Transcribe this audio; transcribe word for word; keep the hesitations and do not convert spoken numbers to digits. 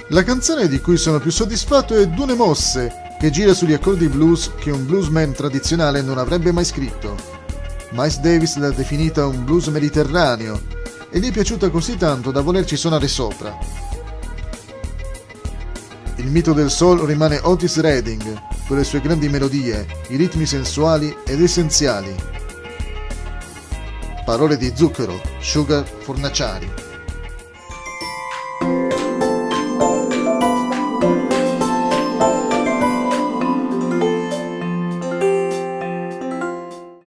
La canzone di cui sono più soddisfatto è Dune Mosse, che gira sugli accordi blues che un bluesman tradizionale non avrebbe mai scritto. Miles Davis l'ha definita un blues mediterraneo e gli è piaciuta così tanto da volerci suonare sopra. Il mito del soul rimane Otis Redding, con le sue grandi melodie, i ritmi sensuali ed essenziali. Parole di Zucchero, Sugar Fornaciari.